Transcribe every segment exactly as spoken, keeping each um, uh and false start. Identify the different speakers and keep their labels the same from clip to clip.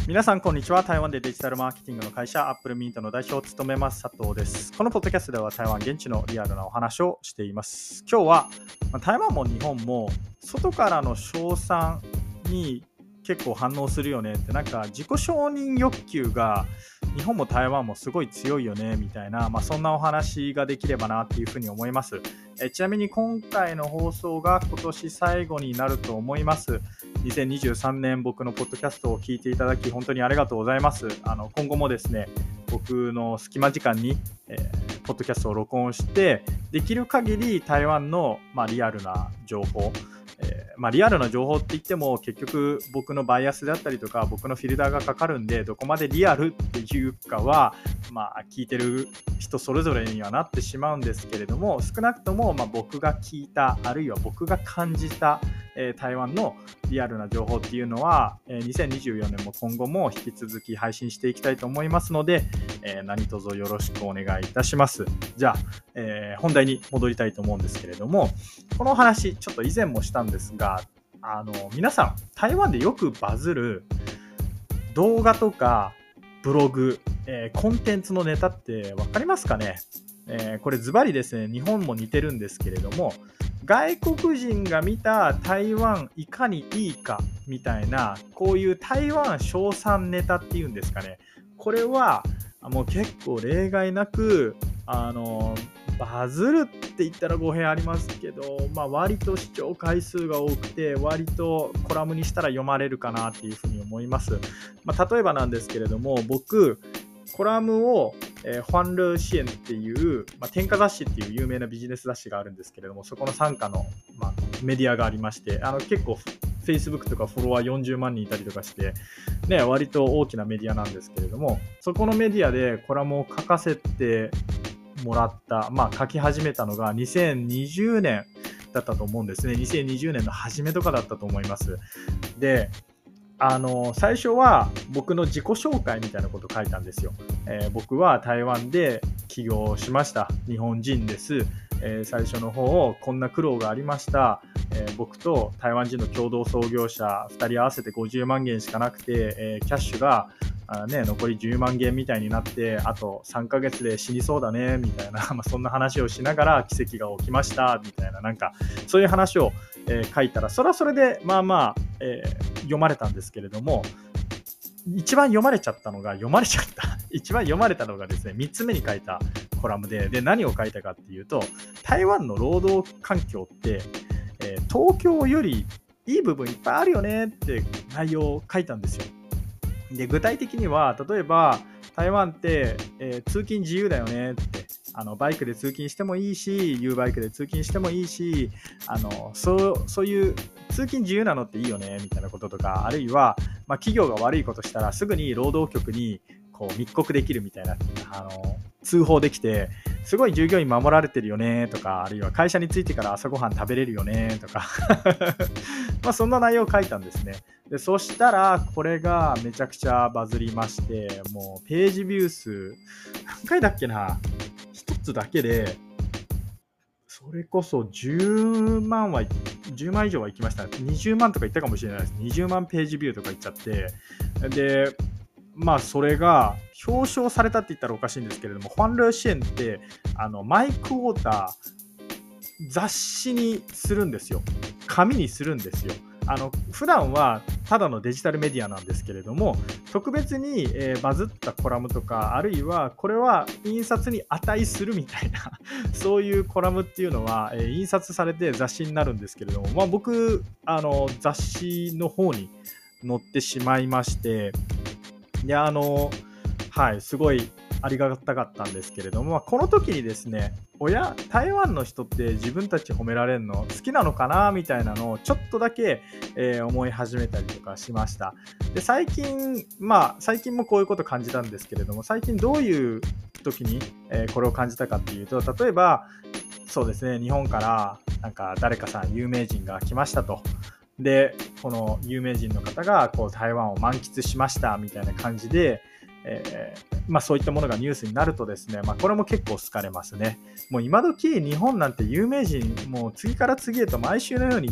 Speaker 1: 皆さんこんにちは。台湾でデジタルマーケティングの会社アップルミントの代表を務めます佐藤です。このポッドキャストでは台湾現地のリアルなお話をしています。今日は台湾も日本も外からの称賛に結構反応するよねって、なんか自己承認欲求が日本も台湾もすごい強いよねみたいな、まあ、そんなお話ができればなっていうふうに思います。えちなみに今回の放送が今年最後になると思います。にせんにじゅうさんねん僕のポッドキャストを聞いていただき本当にありがとうございます。あの今後もですね、僕の隙間時間に、えー、ポッドキャストを録音してできる限り台湾の、まあ、リアルな情報、えーまあ、リアルな情報って言っても結局僕のバイアスであったりとか僕のフィルターがかかるんで、どこまでリアルっていうかは、まあ、聞いてる人それぞれにはなってしまうんですけれども、少なくとも、まあ、僕が聞いたあるいは僕が感じた、えー、台湾のリアルな情報っていうのは、えー、にせんにじゅうよねんも今後も引き続き配信していきたいと思いますので、えー、何卒よろしくお願いいたします。じゃあ、えー、本題に戻りたいと思うんですけれども、このお話ちょっと以前もしたんですが、あの皆さん台湾でよくバズる動画とかブログ、えー、コンテンツのネタって分かりますかね。えー、これズバリですね、日本も似てるんですけれども、外国人が見た台湾いかにいいかみたいな、こういう台湾称賛ネタっていうんですかね。これはもう結構例外なくあのバズるって言ったら語弊ありますけど、まあ、割と視聴回数が多くて割とコラムにしたら読まれるかなっていうふうに思います。まあ、例えばなんですけれども、僕コラムをえー、ファンルシエンっていう、まあ、天下雑誌っていう有名なビジネス雑誌があるんですけれども、そこの傘下の、まあ、メディアがありまして、あの結構 Facebook とかフォロワーよんじゅうまんにんいたりとかして、ね、割と大きなメディアなんですけれども、そこのメディアでコラムを書かせてもらった、まあ、書き始めたのがにせんにじゅうねんだったと思うんですね。にせんにじゅうねんの初めとかだったと思います。であの最初は僕の自己紹介みたいなことを書いたんですよ。えー、僕は台湾で起業しました。日本人です。えー、最初の方こんな苦労がありました。えー、僕と台湾人の共同創業者ふたり合わせてごじゅうまんげんしかなくて、えー、キャッシュがあ、ね、残りじゅうまんげんみたいになって、あとさんかげつで死にそうだねみたいな、まあ、そんな話をしながら奇跡が起きましたみたいな、なんかそういう話を、えー、書いたら、それはそれでまあまあ、えー、読まれたんですけれども、一番読まれちゃったのが読まれちゃった一番読まれたのがですね、みっつめに書いたコラムで、で何を書いたかっていうと、台湾の労働環境って、えー、東京よりいい部分いっぱいあるよねって内容を書いたんですよ。で具体的には、例えば台湾って、えー、通勤自由だよねって、あのバイクで通勤してもいいし、U バイクで通勤してもいいし、あのそうそういう通勤自由なのっていいよねみたいなこととか、あるいは、まあ、企業が悪いことしたらすぐに労働局にこう密告できるみたいな、あの通報できて、すごい従業員守られてるよねとか、あるいは会社に着いてから朝ごはん食べれるよねとかまあそんな内容を書いたんですね。でそしたらこれがめちゃくちゃバズりまして、もうページビュー数何回だっけな、一つだけでそれこそじゅうまんはじゅうまん以上はいきました。にじゅうまんとかいったかもしれないです。にじゅうまんページビューとかいっちゃって、でまあそれが表彰されたって言ったらおかしいんですけれども、ファンルシエンってあのマイクウォーター雑誌にするんですよ。紙にするんですよ。あの普段はただのデジタルメディアなんですけれども、特別に、えー、バズったコラムとか、あるいはこれは印刷に値するみたいなそういうコラムっていうのは、えー、印刷されて雑誌になるんですけれども、まあ、僕あの雑誌の方に載ってしまいまして、いやあのはいすごいありがたかったんですけれども、この時にですね、親台湾の人って自分たち褒められるの好きなのかなみたいなのをちょっとだけ、えー、思い始めたりとかしました。で最近まあ最近もこういうこと感じたんですけれども、最近どういう時に、えー、これを感じたかっていうと、例えばそうですね、日本からなんか誰かさん有名人が来ましたと。でこの有名人の方がこう台湾を満喫しましたみたいな感じで、えーまあ、そういったものがニュースになるとですね、まあ、これも結構好かれますね。もう今時日本なんて有名人もう次から次へと毎週のように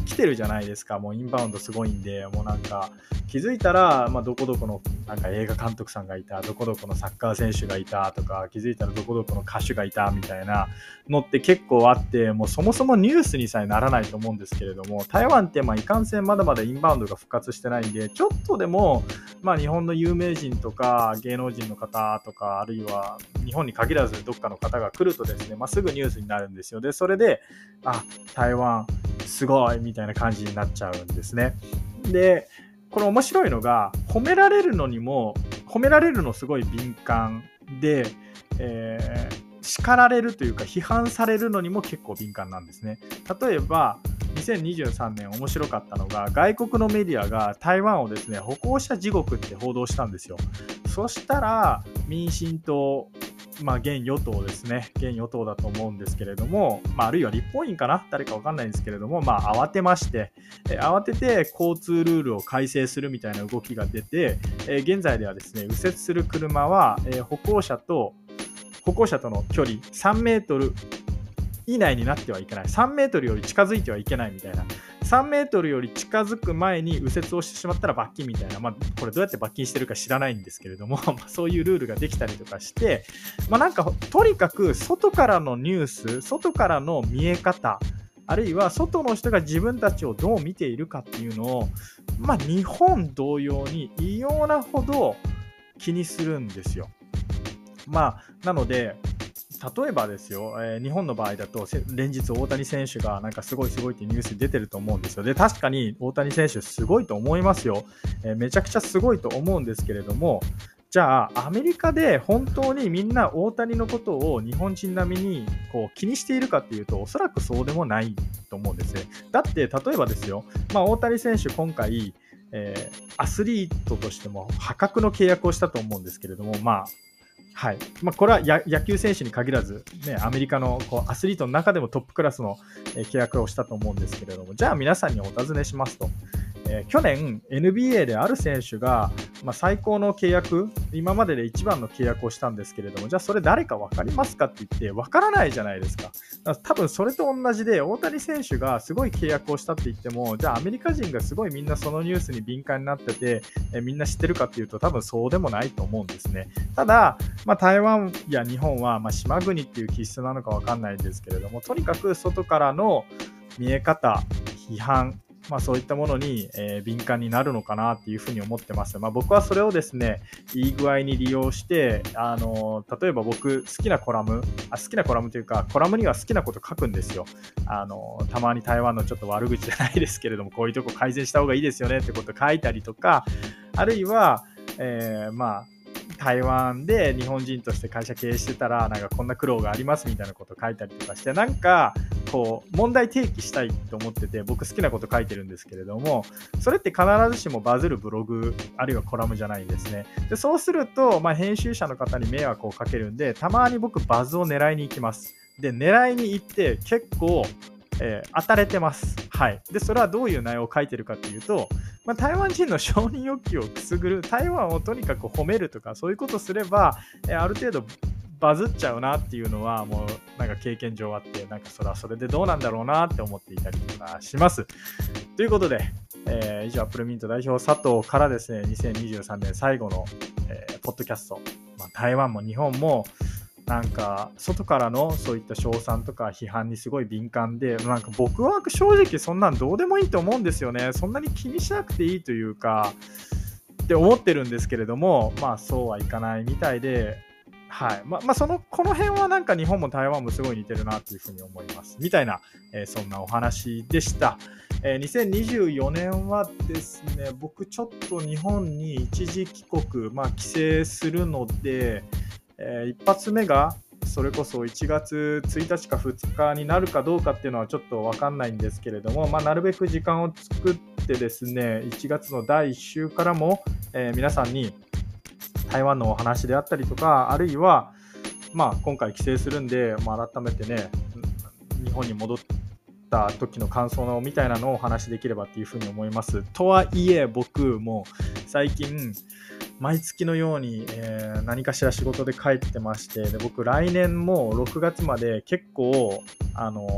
Speaker 1: 来てるじゃないですか。もうインバウンドすごいんで、もうなんか気づいたら、まあ、どこどこのなんか映画監督さんがいた、どこどこのサッカー選手がいたとか、気づいたらどこどこの歌手がいたみたいなのって結構あって、もうそもそもニュースにさえならないと思うんですけれども、台湾ってまあいかんせんまだまだインバウンドが復活してないんで、ちょっとでもまあ日本の有名人とか芸能人の方とか、あるいは日本に限らずどっかの方が来るとですね、まあ、すぐニュースになるんですよ。で、それで、あ、台湾すごいみたいな感じになっちゃうんですね。で、これ面白いのが、褒められるのにも、褒められるのすごい敏感で、えー、叱られるというか批判されるのにも結構敏感なんですね。例えば、にせんにじゅうさんねん面白かったのが、外国のメディアが台湾をですね、歩行者地獄って報道したんですよ。そしたら、民進党、まあ、現与党ですね、現与党だと思うんですけれども、まあ、あるいは立法院かな、誰か分かんないんですけれども、まあ、慌てまして、え慌てて交通ルールを改正するみたいな動きが出て、え現在ではですね、右折する車は、え歩行者と歩行者との距離さんメートル以内になってはいけない、さんメートルより近づいてはいけないみたいな、さんメートルより近づく前に右折をしてしまったら罰金みたいな、まあ、これどうやって罰金してるか知らないんですけれどもそういうルールができたりとかして、まあ、なんかとにかく外からのニュース、外からの見え方、あるいは外の人が自分たちをどう見ているかっていうのを、まあ、日本同様に異様なほど気にするんですよ。まあ、なので例えばですよ、えー、日本の場合だと連日大谷選手がなんかすごいすごいってニュース出てると思うんですよ。で、確かに大谷選手すごいと思いますよ、えー、めちゃくちゃすごいと思うんですけれども、じゃあアメリカで本当にみんな大谷のことを日本人並みにこう気にしているかっていうと、おそらくそうでもないと思うんですね。だって例えばですよ、まあ、大谷選手今回、えー、アスリートとしても破格の契約をしたと思うんですけれども、まあはいまあ、これは野球選手に限らず、ね、アメリカのこうアスリートの中でもトップクラスの、えー、契約をしたと思うんですけれども、じゃあ皆さんにお尋ねしますと、えー、去年 エヌビーエー である選手が、まあ、最高の契約、今までで一番の契約をしたんですけれども、じゃあそれ誰か分かりますかって言って分からないじゃないですか。だから多分それと同じで、大谷選手がすごい契約をしたって言っても、じゃあアメリカ人がすごいみんなそのニュースに敏感になってて、えー、みんな知ってるかっていうと多分そうでもないと思うんですね。ただ、まあ、台湾や日本は、まあ、島国っていう気質なのか分かんないんですけれども、とにかく外からの見え方、批判、まあ、そういったものに、えー、敏感になるのかなっていうふうに思ってます。まあ、僕はそれをですね、いい具合に利用して、あの例えば僕好きなコラムあ好きなコラムというか、コラムには好きなこと書くんですよ。あのたまに台湾のちょっと悪口じゃないですけれども、こういうとこ改善した方がいいですよねってこと書いたりとか、あるいは、えー、まあ台湾で日本人として会社経営してたらなんかこんな苦労がありますみたいなこと書いたりとかして、なんかこう問題提起したいと思ってて、僕好きなこと書いてるんですけれども、それって必ずしもバズるブログあるいはコラムじゃないんですね。でそうすると、まあ、編集者の方に迷惑をかけるんで、たまに僕バズを狙いに行きます。で狙いに行って結構えー、当たれてます。はい。で、それはどういう内容を書いてるかというと、まあ、台湾人の承認欲求をくすぐる、台湾をとにかく褒めるとか、そういうことすれば、えー、ある程度バズっちゃうなっていうのは、もうなんか経験上あって、なんかそれはそれでどうなんだろうなって思っていたりとかします。ということで、えー、以上、アップルミント代表佐藤からですね、にせんにじゅうさんねん最後の、えー、ポッドキャスト、まあ、台湾も日本も、なんか外からのそういった称賛とか批判にすごい敏感で、なんか僕は正直そんなんどうでもいいと思うんですよね。そんなに気にしなくていいというかって思ってるんですけれども、まあそうはいかないみたいで、はい、ま, まあそのこの辺はなんか日本も台湾もすごい似てるなというふうに思いますみたいな、えー、そんなお話でした。えー、にせんにじゅうよねんはですね、僕ちょっと日本に一時帰国、まあ帰省するので、えー、一発目がそれこそいちがつついたちかふつかになるかどうかっていうのはちょっと分かんないんですけれども、まあ、なるべく時間を作ってですね、いちがつのだいいっ週からも、えー、皆さんに台湾のお話であったりとか、あるいは、まあ、今回帰省するんで、まあ、改めてね、日本に戻った時の感想のみたいなのをお話しできればっていうふうに思います。とはいえ僕も最近毎月のように、えー、何かしら仕事で帰ってまして、で僕来年もろくがつまで結構あの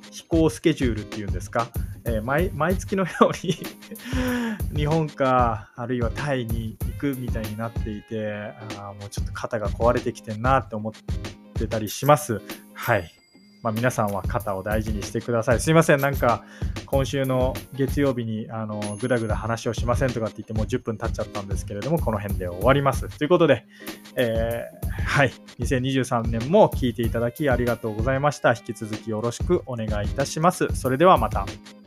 Speaker 1: 飛行スケジュールっていうんですか、えー、毎, 毎月のように日本かあるいはタイに行くみたいになっていて、あもうちょっと肩が壊れてきてんなって思ってたりします。はい。まあ、皆さんは肩を大事にしてください。すいません、なんか今週の月曜日にあのぐだぐだ話をしませんとかって言ってもうじゅっぷん経っちゃったんですけれども、この辺で終わります。ということで、えー、はい、にせんにじゅうさんねんも聞いていただきありがとうございました。引き続きよろしくお願いいたします。それではまた。